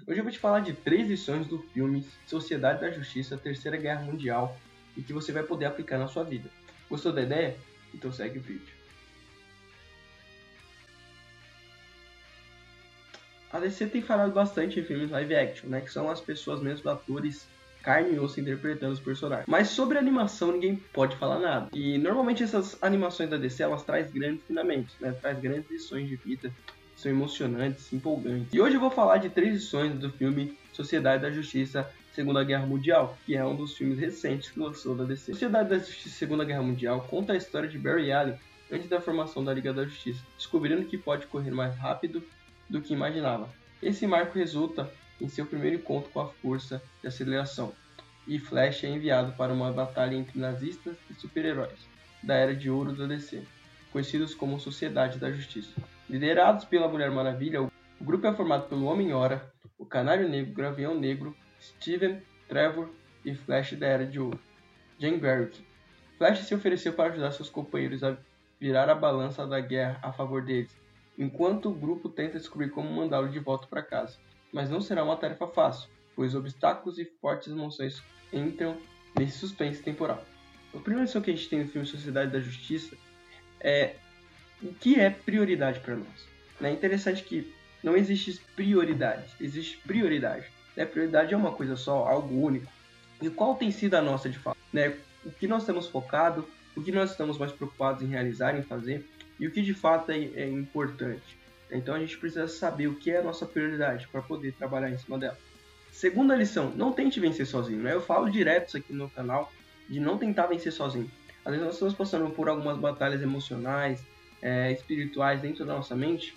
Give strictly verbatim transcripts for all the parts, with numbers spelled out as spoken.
Hoje eu vou te falar de três lições do filme Sociedade da Justiça, Terceira Guerra Mundial e que você vai poder aplicar na sua vida. Gostou da ideia? Então segue o vídeo. A D C tem falado bastante em filmes live action, né, que são as pessoas mesmo, atores, carne e osso interpretando os personagens. Mas sobre animação ninguém pode falar nada. E normalmente essas animações da D C, elas trazem grandes ensinamentos, né, traz grandes lições de vida, são emocionantes, empolgantes. E hoje eu vou falar de três lições do filme Sociedade da Justiça, Segunda Guerra Mundial, que é um dos filmes recentes que lançou da D C. Sociedade da Justiça, Segunda Guerra Mundial conta a história de Barry Allen antes da formação da Liga da Justiça, descobrindo que pode correr mais rápido do que imaginava. Esse marco resulta em seu primeiro encontro com a força de aceleração, e Flash é enviado para uma batalha entre nazistas e super-heróis da Era de Ouro da D C, conhecidos como Sociedade da Justiça. Liderados pela Mulher Maravilha, o grupo é formado pelo Homem-Hora, o Canário Negro, o Gavião Negro, Steven, Trevor e Flash da Era de Ouro. Jane Garrick. Flash se ofereceu para ajudar seus companheiros a virar a balança da guerra a favor deles, enquanto o grupo tenta descobrir como mandá-lo de volta para casa. Mas não será uma tarefa fácil, pois obstáculos e fortes emoções entram nesse suspense temporal. A primeira lição que a gente tem no filme Sociedade da Justiça é o que é prioridade para nós. É interessante que não existe prioridade, existe prioridade. Né? Prioridade é uma coisa só, algo único. E qual tem sido a nossa de fato? Né? O que nós estamos focados, o que nós estamos mais preocupados em realizar, em fazer, e o que de fato é, é importante. Então a gente precisa saber o que é a nossa prioridade para poder trabalhar em cima dela. Segunda lição, não tente vencer sozinho. Né? Eu falo direto isso aqui no canal, de não tentar vencer sozinho. Às vezes nós estamos passando por algumas batalhas emocionais, é, espirituais dentro da nossa mente,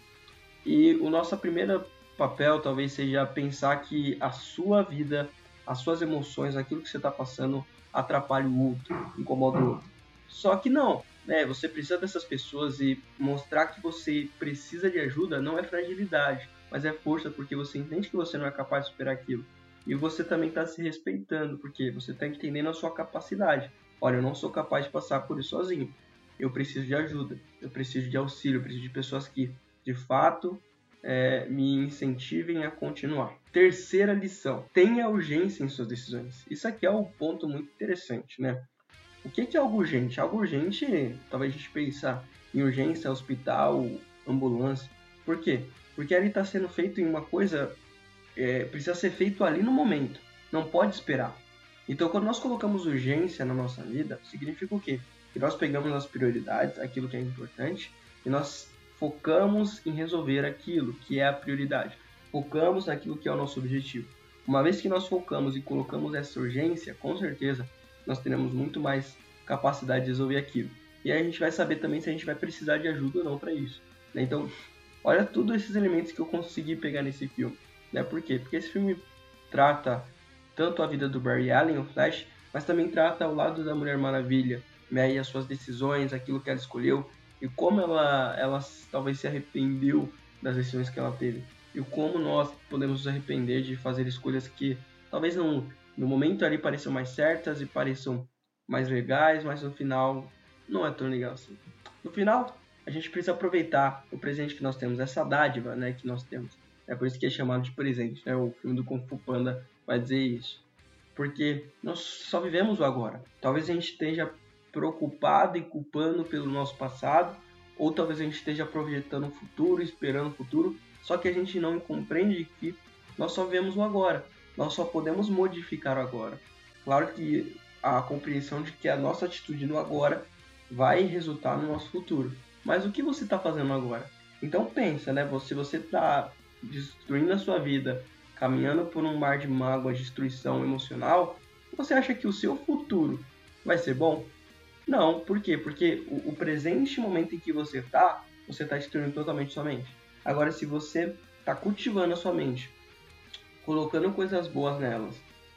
e o nosso primeiro papel talvez seja pensar que a sua vida, as suas emoções, aquilo que você está passando atrapalha o outro, incomoda o outro. Só que não, né? Você precisa dessas pessoas, e mostrar que você precisa de ajuda não é fragilidade, mas é força, porque você entende que você não é capaz de superar aquilo. E você também está se respeitando, porque você está entendendo a sua capacidade. Olha, eu não sou capaz de passar por isso sozinho. Eu preciso de ajuda, eu preciso de auxílio, eu preciso de pessoas que, de fato, é, me incentivem a continuar. Terceira lição, tenha urgência em suas decisões. Isso aqui é um ponto muito interessante, né? O que é algo urgente? Algo urgente, talvez a gente pensar em urgência, hospital, ambulância. Por quê? Porque ali está sendo feito em uma coisa, é, precisa ser feito ali no momento, não pode esperar. Então, quando nós colocamos urgência na nossa vida, significa o quê? Que nós pegamos as prioridades, aquilo que é importante, e nós focamos em resolver aquilo que é a prioridade. Focamos naquilo que é o nosso objetivo. Uma vez que nós focamos e colocamos essa urgência, com certeza, nós teremos muito mais capacidade de resolver aquilo. E aí a gente vai saber também se a gente vai precisar de ajuda ou não para isso. Né? Então, olha todos esses elementos que eu consegui pegar nesse filme. Né? Por quê? Porque esse filme trata tanto a vida do Barry Allen, o Flash, mas também trata o lado da Mulher Maravilha, né? E as suas decisões, aquilo que ela escolheu, e como ela, ela talvez se arrependeu das decisões que ela teve. E como nós podemos nos arrepender de fazer escolhas que talvez não, no momento ali pareçam mais certas e pareçam mais legais, mas no final não é tão legal assim. No final, a gente precisa aproveitar o presente que nós temos, essa dádiva, né, que nós temos. É por isso que é chamado de presente, né? O filme do Kung Fu Panda vai dizer isso. Porque nós só vivemos o agora. Talvez a gente esteja preocupado e culpando pelo nosso passado, ou talvez a gente esteja projetando o futuro, esperando o futuro, só que a gente não compreende que nós só vivemos o agora. Nós só podemos modificar o agora. Claro que a compreensão de que a nossa atitude no agora vai resultar no nosso futuro. Mas o que você está fazendo agora? Então pensa, né? Se você está destruindo a sua vida, caminhando por um mar de mágoa, destruição emocional, você acha que o seu futuro vai ser bom? Não, por quê? Porque o, o presente momento em que você está, você está destruindo totalmente sua mente. Agora, se você está cultivando a sua mente, colocando coisas boas nelas,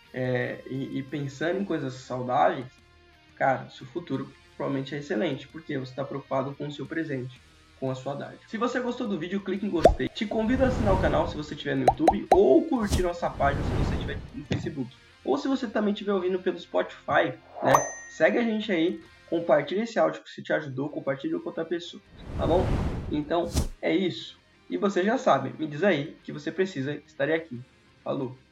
é, e, e pensando em coisas saudáveis, cara, seu futuro provavelmente é excelente, porque você está preocupado com o seu presente, com a sua dádiva. Se você gostou do vídeo, clique em gostei. Te convido a assinar o canal se você estiver no YouTube, ou curtir nossa página se você estiver no Facebook. Ou se você também estiver ouvindo pelo Spotify, né? Segue a gente aí, compartilha esse áudio se te ajudou, compartilha com outra pessoa, tá bom? Então, é isso. E você já sabe, me diz aí que você precisa estar aqui. Falou!